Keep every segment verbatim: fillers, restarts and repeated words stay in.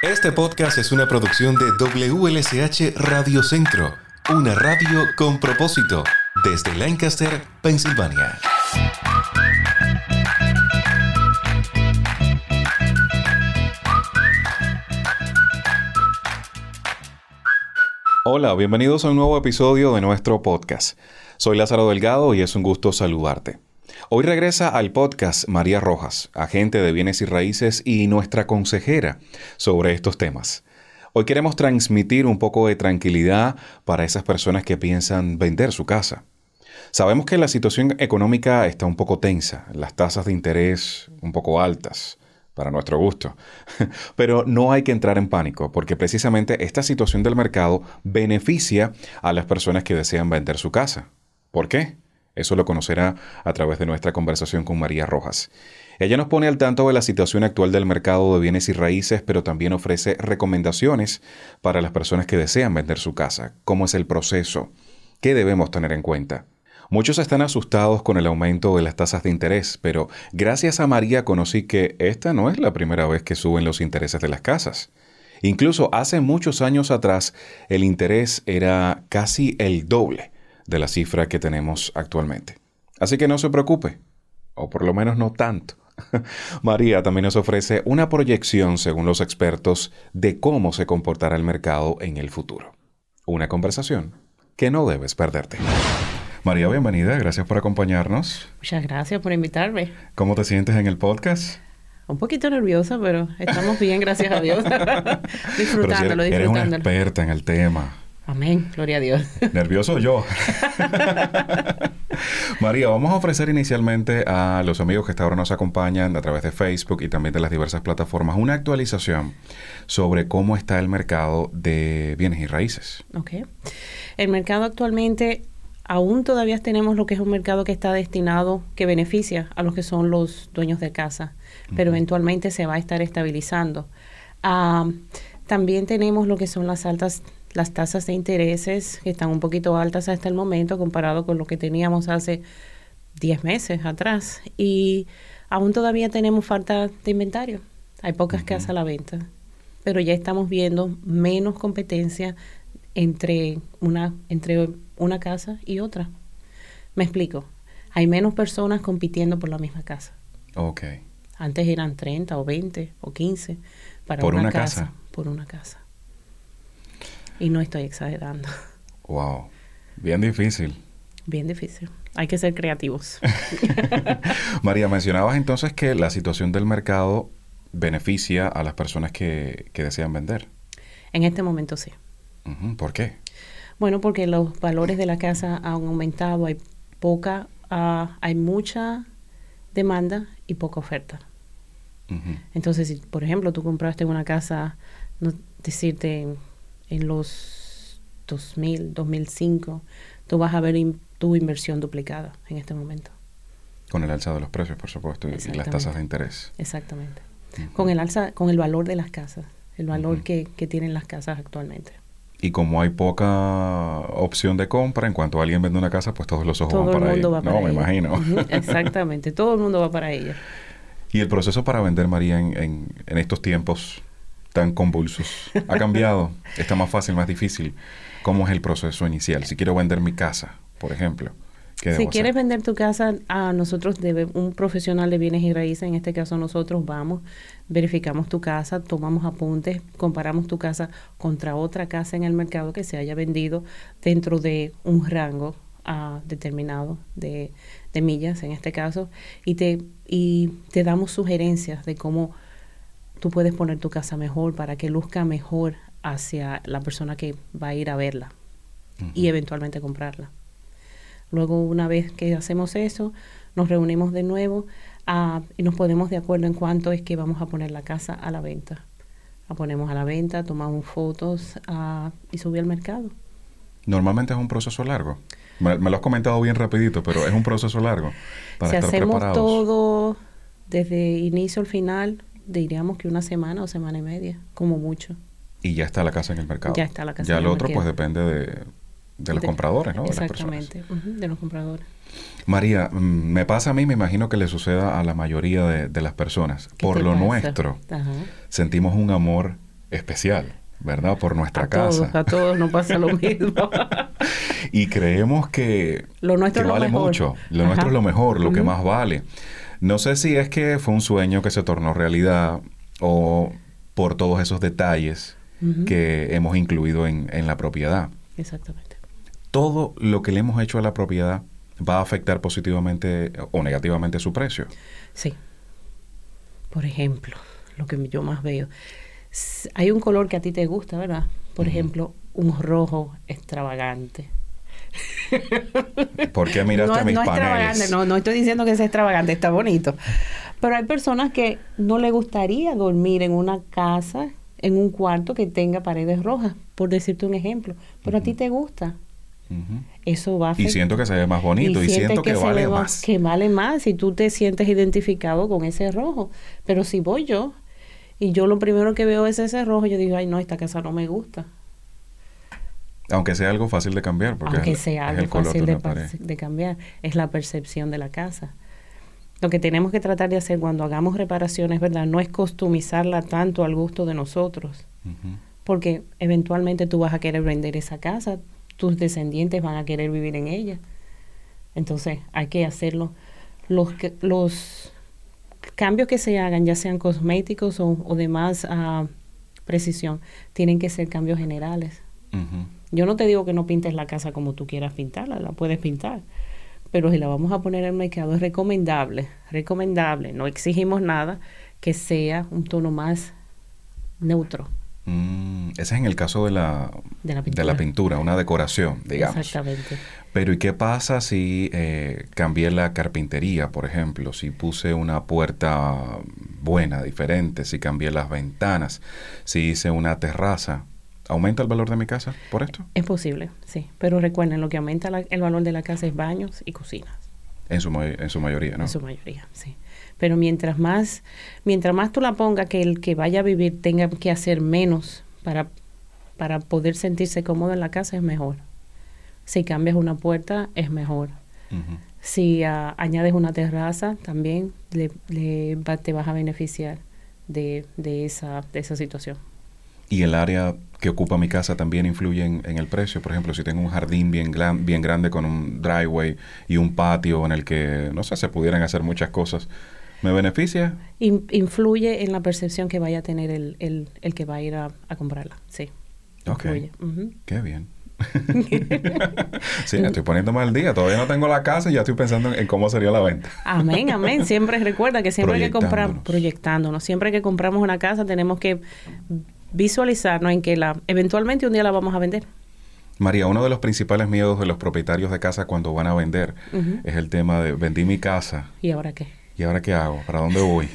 Este podcast es una producción de W L S H Radio Centro, una radio con propósito, desde Lancaster, Pensilvania. Hola, bienvenidos a un nuevo episodio de nuestro podcast. Soy Lázaro Delgado y es un gusto saludarte. Hoy regresa al podcast María Rojas, agente de bienes y raíces y nuestra consejera sobre estos temas. Hoy queremos transmitir un poco de tranquilidad para esas personas que piensan vender su casa. Sabemos que la situación económica está un poco tensa, las tasas de interés un poco altas, para nuestro gusto. Pero no hay que entrar en pánico, porque precisamente esta situación del mercado beneficia a las personas que desean vender su casa. ¿Por qué? Eso lo conocerá a través de nuestra conversación con María Rojas. Ella nos pone al tanto de la situación actual del mercado de bienes y raíces, pero también ofrece recomendaciones para las personas que desean vender su casa. ¿Cómo es el proceso? ¿Qué debemos tener en cuenta? Muchos están asustados con el aumento de las tasas de interés, pero gracias a María conocí que esta no es la primera vez que suben los intereses de las casas. Incluso hace muchos años atrás, el interés era casi el doble de la cifra que tenemos actualmente. Así que no se preocupe, o por lo menos no tanto. María también nos ofrece una proyección, según los expertos, de cómo se comportará el mercado en el futuro. Una conversación que no debes perderte. María, bienvenida. Gracias por acompañarnos. Muchas gracias por invitarme. ¿Cómo te sientes en el podcast? Un poquito nerviosa, pero estamos bien, gracias a Dios. disfrutándolo, eres, disfrutándolo. Eres una experta en el tema. Amén, gloria a Dios. ¿Nervioso yo? María, vamos a ofrecer inicialmente a los amigos que hasta ahora nos acompañan a través de Facebook y también de las diversas plataformas una actualización sobre cómo está el mercado de bienes y raíces. Ok. El mercado actualmente, aún todavía tenemos lo que es un mercado que está destinado, que beneficia a los que son los dueños de casa, pero uh-huh. eventualmente se va a estar estabilizando. Uh, también tenemos lo que son las altas las tasas de intereses, que están un poquito altas hasta el momento comparado con lo que teníamos hace diez meses atrás. Y aún todavía tenemos falta de inventario. Hay pocas uh-huh. casas a la venta. Pero ya estamos viendo menos competencia entre una, entre una casa y otra. Me explico. Hay menos personas compitiendo por la misma casa. Ok. Antes eran treinta o veinte o quince para ¿Por una, una casa, casa? Por una casa. Y no estoy exagerando. Wow. Bien difícil. Bien difícil. Hay que ser creativos. María, mencionabas entonces que la situación del mercado beneficia a las personas que, que desean vender. En este momento sí. Uh-huh. ¿Por qué? Bueno, porque los valores de la casa han aumentado. Hay poca, uh, hay mucha demanda y poca oferta. Uh-huh. Entonces, si por ejemplo tú compraste una casa, no decirte en los dos mil, dos mil cinco, tú vas a ver in, tu inversión duplicada en este momento. Con el alza de los precios, por supuesto, y las tasas de interés. Exactamente. Uh-huh. Con el alza, con el valor de las casas, el valor uh-huh. que, que tienen las casas actualmente. Y como hay poca opción de compra, en cuanto alguien vende una casa, pues todos los ojos todo van para el mundo ella. Va para no, ella. me imagino. Uh-huh. Exactamente, todo el mundo va para ella. ¿Y el proceso para vender, María, en, en, en estos tiempos tan convulsos ha cambiado? ¿Está más fácil, más difícil? ¿Cómo es el proceso inicial? Si quiero vender mi casa, por ejemplo, ¿qué debo Si hacer? quieres vender tu casa, a nosotros, debe, un profesional de bienes y raíces, en este caso nosotros vamos, verificamos tu casa, tomamos apuntes, comparamos tu casa contra otra casa en el mercado que se haya vendido dentro de un rango uh, determinado de, de millas, en este caso, y te, y te damos sugerencias de cómo tú puedes poner tu casa mejor para que luzca mejor hacia la persona que va a ir a verla uh-huh. y eventualmente comprarla. Luego, una vez que hacemos eso, nos reunimos de nuevo uh, y nos ponemos de acuerdo en cuánto es que vamos a poner la casa a la venta. La ponemos a la venta, tomamos fotos uh, y subimos al mercado. Normalmente es un proceso largo. Me, me lo has comentado bien rapidito, pero es un proceso largo para si estar hacemos preparados. Todo desde inicio al final, diríamos que una semana o semana y media, como mucho. Y ya está la casa en el mercado. Ya está la casa ya en el el otro mercado. pues depende de, de los de, compradores, ¿no? Exactamente, de, las personas. Uh-huh, de los compradores. María, me pasa a mí, me imagino que le suceda a la mayoría de, de las personas. Por lo pasa? nuestro, Ajá. sentimos un amor especial, ¿verdad? Por nuestra a casa. Todos, a todos nos pasa lo mismo. Y creemos que, lo nuestro que es lo vale mejor. mucho. Lo Ajá. nuestro es lo mejor, lo Uh-huh. que más vale. No sé si es que fue un sueño que se tornó realidad o por todos esos detalles uh-huh. que hemos incluido en, en la propiedad. Exactamente. Todo lo que le hemos hecho a la propiedad va a afectar positivamente o negativamente su precio. Sí. Por ejemplo, lo que yo más veo, hay un color que a ti te gusta, ¿verdad? Por uh-huh. ejemplo, un rojo extravagante. ¿Por qué miraste no, mis no paneles? Extravagante, no, no estoy diciendo que sea extravagante, está bonito. Pero hay personas que no le gustaría dormir en una casa, en un cuarto que tenga paredes rojas, por decirte un ejemplo. Pero uh-huh. a ti te gusta. Uh-huh. Eso va a afectar. Y siento que se ve más bonito y, y siento que, que vale más. Que vale más y tú te sientes identificado con ese rojo. Pero si voy yo y yo lo primero que veo es ese rojo, yo digo, ay no, esta casa no me gusta. Aunque sea algo fácil de cambiar. Porque Aunque es, sea es algo fácil de, de, de cambiar. Es la percepción de la casa. Lo que tenemos que tratar de hacer cuando hagamos reparaciones, ¿verdad? No es customizarla tanto al gusto de nosotros. Uh-huh. Porque eventualmente tú vas a querer vender esa casa, tus descendientes van a querer vivir en ella. Entonces hay que hacerlo. Los, los cambios que se hagan, ya sean cosméticos o, o de más uh, precisión, tienen que ser cambios generales. Uh-huh. Yo no te digo que no pintes la casa como tú quieras pintarla, la puedes pintar. Pero si la vamos a poner en el mercado es recomendable, recomendable, no exigimos nada, que sea un tono más neutro. Mm, ese es en el caso de la, de la pintura, de la pintura, una decoración, digamos. Exactamente. Pero ¿y qué pasa si eh, cambié la carpintería, por ejemplo? Si puse una puerta buena, diferente, si cambié las ventanas, si hice una terraza. ¿Aumenta el valor de mi casa por esto? Es posible, sí. Pero recuerden, lo que aumenta la, el valor de la casa es baños y cocinas. En su, en su mayoría, ¿no? En su mayoría, sí. Pero mientras más, mientras más tú la pongas, que el que vaya a vivir tenga que hacer menos para, para poder sentirse cómodo en la casa, es mejor. Si cambias una puerta, es mejor. Uh-huh. Si uh, añades una terraza, también le, le va, te vas a beneficiar de, de, esa, de esa situación. ¿Y el área que ocupa mi casa también influye en, en el precio? Por ejemplo, si tengo un jardín bien, gran, bien grande con un driveway y un patio en el que, no sé, se pudieran hacer muchas cosas, ¿me beneficia? In, influye en la percepción que vaya a tener el, el, el que va a ir a, a comprarla, sí. Ok, influye. Uh-huh. Qué bien. Sí, estoy poniéndome al día. Todavía no tengo la casa y ya estoy pensando en, en cómo sería la venta. Amén, amén. Siempre recuerda que siempre hay que comprar, proyectándonos. Siempre que compramos una casa tenemos que visualizarnos en que la eventualmente un día la vamos a vender. María, uno de los principales miedos de los propietarios de casa cuando van a vender uh-huh. es el tema de vendí mi casa. ¿Y ahora qué? ¿Y ahora qué hago? ¿Para dónde voy?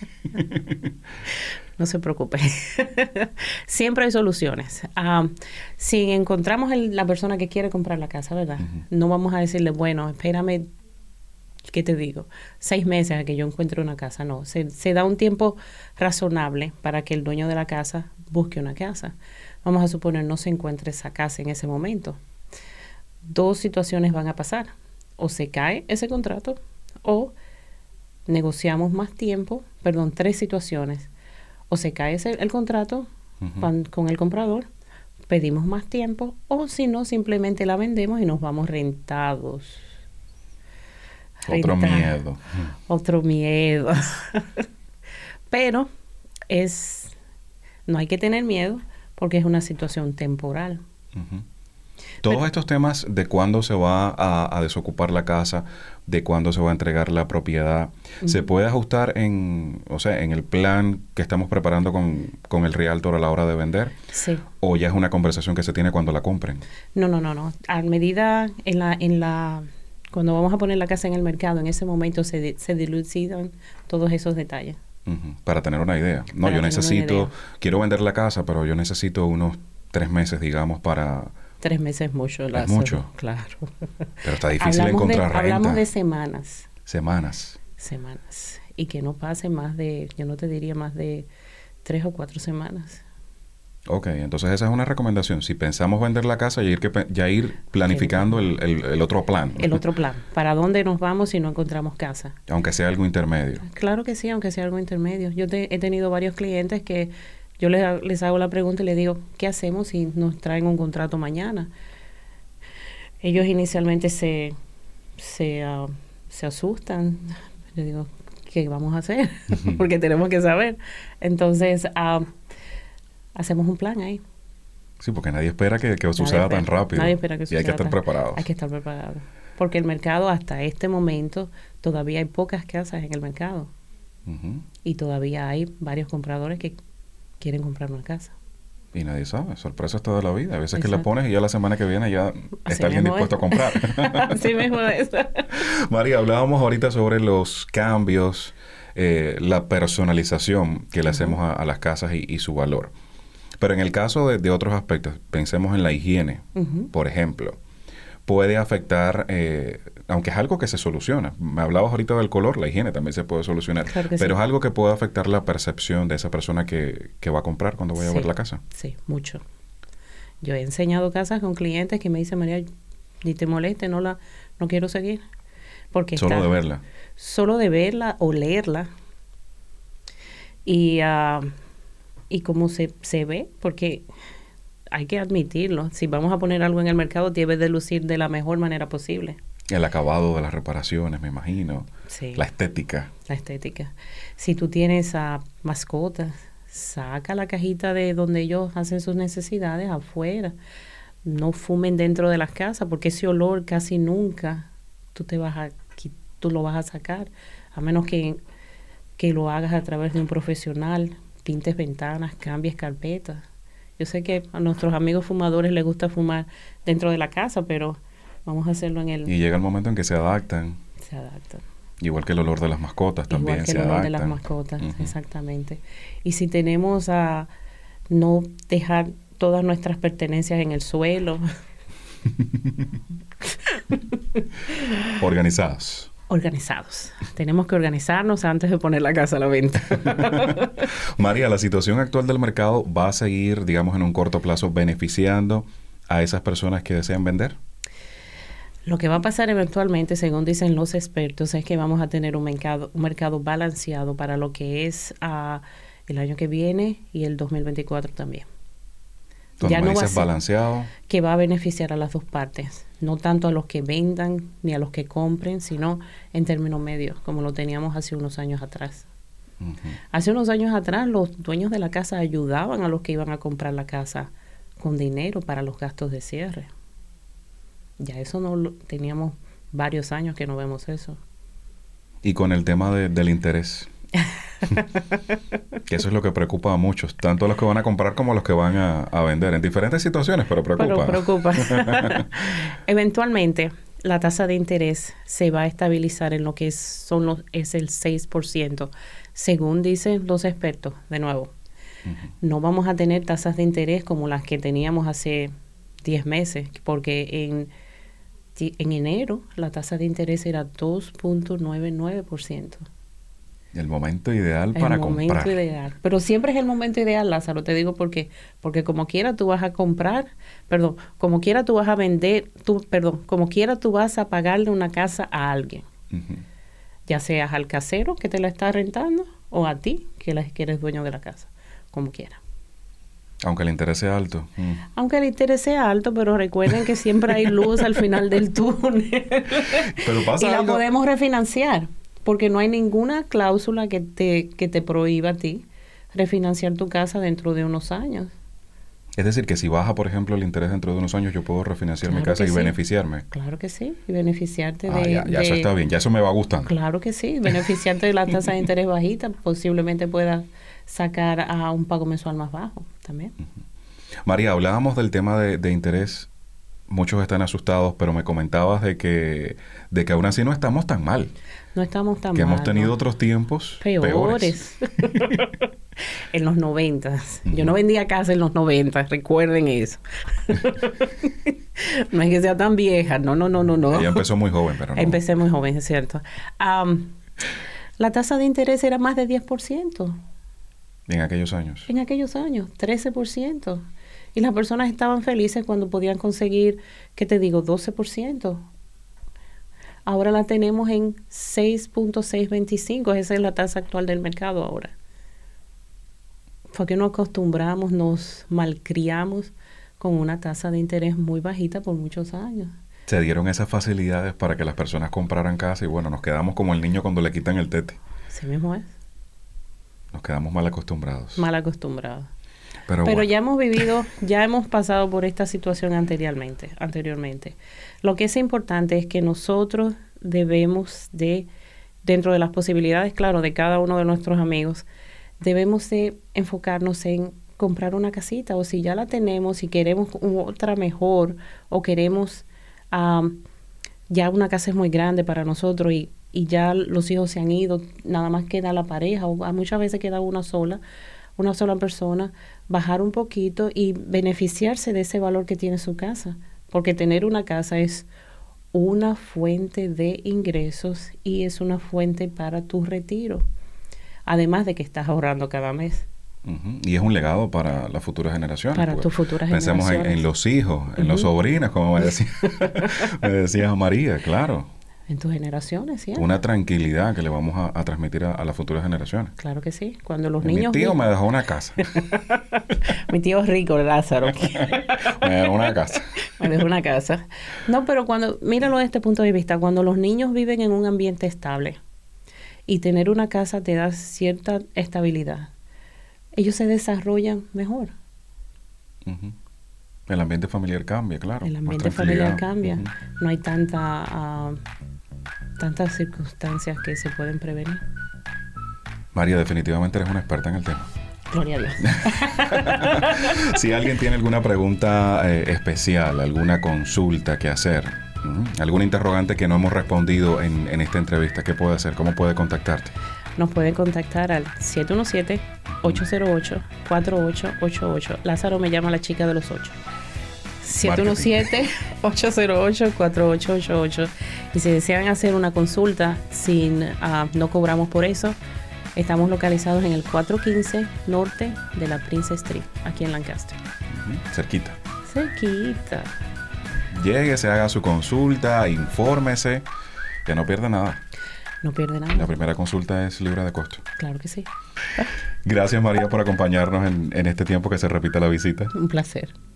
No se preocupe. Siempre hay soluciones. Uh, si encontramos el, la persona que quiere comprar la casa, ¿verdad? Uh-huh. No vamos a decirle, bueno, espérame, ¿qué te digo? Seis meses a que yo encuentre una casa. No, se, se da un tiempo razonable para que el dueño de la casa busque una casa. Vamos a suponer no se encuentre esa casa en ese momento. Dos situaciones van a pasar. O se cae ese contrato o negociamos más tiempo, perdón, tres situaciones. O se cae ese, el contrato uh-huh. con, con el comprador, pedimos más tiempo, o si no, simplemente la vendemos y nos vamos rentados. Otro Rentado. miedo. Otro miedo. Pero es no hay que tener miedo porque es una situación temporal. Uh-huh. Todos Pero, estos temas de cuándo se va a, a desocupar la casa, de cuándo se va a entregar la propiedad, uh-huh. ¿se puede ajustar en, o sea, en el plan que estamos preparando con, con el realtor a la hora de vender? Sí. ¿O ya es una conversación que se tiene cuando la compren? No, no, no, no. A medida en la, en la, cuando vamos a poner la casa en el mercado, en ese momento se, se dilucidan todos esos detalles. Uh-huh. Para tener una idea. No, para yo necesito, quiero vender la casa, pero yo necesito unos tres meses, digamos, para... Tres meses es mucho. Es mucho. Claro. Pero está difícil hablamos encontrar de, renta. Hablamos de semanas. Semanas. Semanas. Y que no pase más de, yo no te diría más de tres o cuatro semanas. Ok, entonces esa es una recomendación. Si pensamos vender la casa, ya ir, que, ya ir planificando el, el, el otro plan. El otro plan. ¿Para dónde nos vamos si no encontramos casa? Aunque sea algo intermedio. Claro que sí, aunque sea algo intermedio. Yo te, he tenido varios clientes que yo les, les hago la pregunta y les digo, ¿qué hacemos si nos traen un contrato mañana? Ellos inicialmente se, se, uh, se asustan. Les digo, ¿qué vamos a hacer? Uh-huh. Porque tenemos que saber. Entonces, uh, hacemos un plan ahí. Sí, porque nadie espera que, que suceda espera, tan rápido. Nadie espera que suceda. Y hay que estar tan, preparados. Hay que estar preparados. Porque el mercado, hasta este momento, todavía hay pocas casas en el mercado. Uh-huh. Y todavía hay varios compradores que quieren comprar una casa. Y nadie sabe, sorpresas toda la vida. A veces Exacto. que la pones y ya la semana que viene ya Así está alguien dispuesto es. a comprar. Así mismo es. María, hablábamos ahorita sobre los cambios, eh, la personalización que le uh-huh. hacemos a, a las casas y, y su valor. Pero en el caso de, de otros aspectos, pensemos en la higiene, uh-huh. por ejemplo. Puede afectar, eh, aunque es algo que se soluciona. Me hablabas ahorita del color, la higiene también se puede solucionar. Claro que pero sí. es algo que puede afectar la percepción de esa persona que, que va a comprar cuando vaya sí, a ver la casa. Sí, mucho. Yo he enseñado casas con clientes que me dicen, María, ni te moleste, no la, no quiero seguir. Porque solo está, de verla. Solo de verla o leerla. Y, uh, y cómo se, se ve, porque hay que admitirlo. Si vamos a poner algo en el mercado, debe de lucir de la mejor manera posible. El acabado de las reparaciones, me imagino. Sí. La estética. La estética. Si tú tienes a mascotas, saca la cajita de donde ellos hacen sus necesidades afuera. No fumen dentro de las casas, porque ese olor casi nunca tú te vas a tú lo vas a sacar, a menos que, que lo hagas a través de un profesional, pintes ventanas, cambies carpetas. Yo sé que a nuestros amigos fumadores les gusta fumar dentro de la casa, pero vamos a hacerlo en el... Y llega el momento en que se adaptan. Se adaptan. Igual que el olor de las mascotas también Igual que se el olor adaptan. de las mascotas, uh-huh. exactamente. Y si tenemos a no dejar todas nuestras pertenencias en el suelo. Organizados. Organizados. Tenemos que organizarnos antes de poner la casa a la venta. María, la situación actual del mercado va a seguir, digamos, en un corto plazo beneficiando a esas personas que desean vender. Lo que va a pasar eventualmente, según dicen los expertos, es que vamos a tener un mercado, un mercado balanceado para lo que es uh, el año que viene y el dos mil veinticuatro también. Entonces, ya no va a ser balanceado. Que va a beneficiar a las dos partes, no tanto a los que vendan ni a los que compren, sino en términos medios, como lo teníamos hace unos años atrás. Uh-huh. Hace unos años atrás, los dueños de la casa ayudaban a los que iban a comprar la casa con dinero para los gastos de cierre. Ya eso no lo teníamos varios años que no vemos eso. Y con el tema de, del interés. Que eso es lo que preocupa a muchos, tanto a los que van a comprar como a los que van a, a vender, en diferentes situaciones, pero preocupa. Pero preocupa. Eventualmente, la tasa de interés se va a estabilizar en lo que es, son los, es el seis por ciento, según dicen los expertos, de nuevo. Uh-huh. No vamos a tener tasas de interés como las que teníamos hace diez meses, porque en, en enero la tasa de interés era dos punto noventa y nueve por ciento. El momento ideal para comprar. El momento ideal. Pero siempre es el momento ideal, Lázaro, te digo por qué. Porque como quiera tú vas a comprar, perdón, como quiera tú vas a vender, tú, perdón, como quiera tú vas a pagarle una casa a alguien. Uh-huh. Ya seas al casero que te la está rentando o a ti que, la, que eres dueño de la casa. Como quiera. Aunque el interés sea alto. Mm. Aunque el interés sea alto, pero recuerden que siempre hay luz al final del túnel. Pero pasa y la algo... podemos refinanciar. Porque no hay ninguna cláusula que te, que te prohíba a ti refinanciar tu casa dentro de unos años. Es decir, que si baja, por ejemplo, el interés dentro de unos años, yo puedo refinanciar claro mi casa y sí. beneficiarme. Claro que sí, y beneficiarte ah, de... Ya, ya de, eso está bien, ya eso me va gustando. Claro que sí, beneficiarte de la tasa de interés bajita, posiblemente puedas sacar a un pago mensual más bajo también. Uh-huh. María, hablábamos del tema de, de interés. Muchos están asustados, pero me comentabas de que, de que aún así no estamos tan mal. No estamos tan mal. Que hemos tenido ¿no? otros tiempos peores. peores. En los noventas. Uh-huh. Yo no vendía casa en los noventas, recuerden eso. No es que sea tan vieja, no, no, no, no, no. Ella empezó muy joven, pero no. Empecé muy joven, es cierto. Um, la tasa de interés era más de diez por ciento. En aquellos años. En aquellos años, trece por ciento. Y las personas estaban felices cuando podían conseguir, ¿qué te digo?, doce por ciento. Ahora la tenemos en seis punto seiscientos veinticinco. Esa es la tasa actual del mercado ahora. fue que nos acostumbramos, nos malcriamos con una tasa de interés muy bajita por muchos años. Se dieron esas facilidades para que las personas compraran casa y bueno, nos quedamos como el niño cuando le quitan el tete. Así mismo es. Nos quedamos mal acostumbrados. Mal acostumbrados. Pero, Pero bueno. ya hemos vivido, ya hemos pasado por esta situación anteriormente, anteriormente. Lo que es importante es que nosotros debemos de, dentro de las posibilidades, claro, de cada uno de nuestros amigos, debemos de enfocarnos en comprar una casita, o si ya la tenemos, si queremos otra mejor, o queremos, um, ya una casa es muy grande para nosotros y, y ya los hijos se han ido, nada más queda la pareja, o muchas veces queda una sola, una sola persona, bajar un poquito y beneficiarse de ese valor que tiene su casa, porque tener una casa es una fuente de ingresos y es una fuente para tu retiro, además de que estás ahorrando cada mes. Uh-huh. Y es un legado para las futuras generaciones. Para tus futuras pensemos generaciones. Pensemos en, en los hijos, en uh-huh. los sobrinos, como me decía, me decía María, claro. En tus generaciones, ¿sí? Una tranquilidad que le vamos a, a transmitir a, a las futuras generaciones. Claro que sí. Cuando los Mi niños... tío vi... me dejó una casa. Mi tío rico, Lázaro. Me dejó una casa. Me dejó una casa. No, pero cuando... Míralo desde este punto de vista. Cuando los niños viven en un ambiente estable y tener una casa te da cierta estabilidad, ellos se desarrollan mejor. Uh-huh. El ambiente familiar cambia, claro. El ambiente familiar cambia. Uh-huh. No hay tanta... Uh, tantas circunstancias que se pueden prevenir. María, definitivamente eres una experta en el tema. Gloria a Dios. Si alguien tiene alguna pregunta eh, especial, alguna consulta que hacer, ¿Mm? alguna interrogante que no hemos respondido en, en esta entrevista, ¿qué puede hacer? ¿Cómo puede contactarte? Nos pueden contactar al siete uno siete, ocho cero ocho, cuatro ocho ocho ocho. Lázaro me llama la chica de los ocho. siete uno siete, ocho cero ocho, cuatro ocho ocho ocho. Y si desean hacer una consulta, sin uh, no cobramos por eso, estamos localizados en el cuatrocientos quince norte de la Princess Street, aquí en Lancaster. Uh-huh. Cerquita. Cerquita. Llegue, se haga su consulta, infórmese, que no pierda nada. No pierde nada. La primera consulta es libre de costo. Claro que sí. Gracias, María, por acompañarnos en, en este tiempo que se repita la visita. Un placer.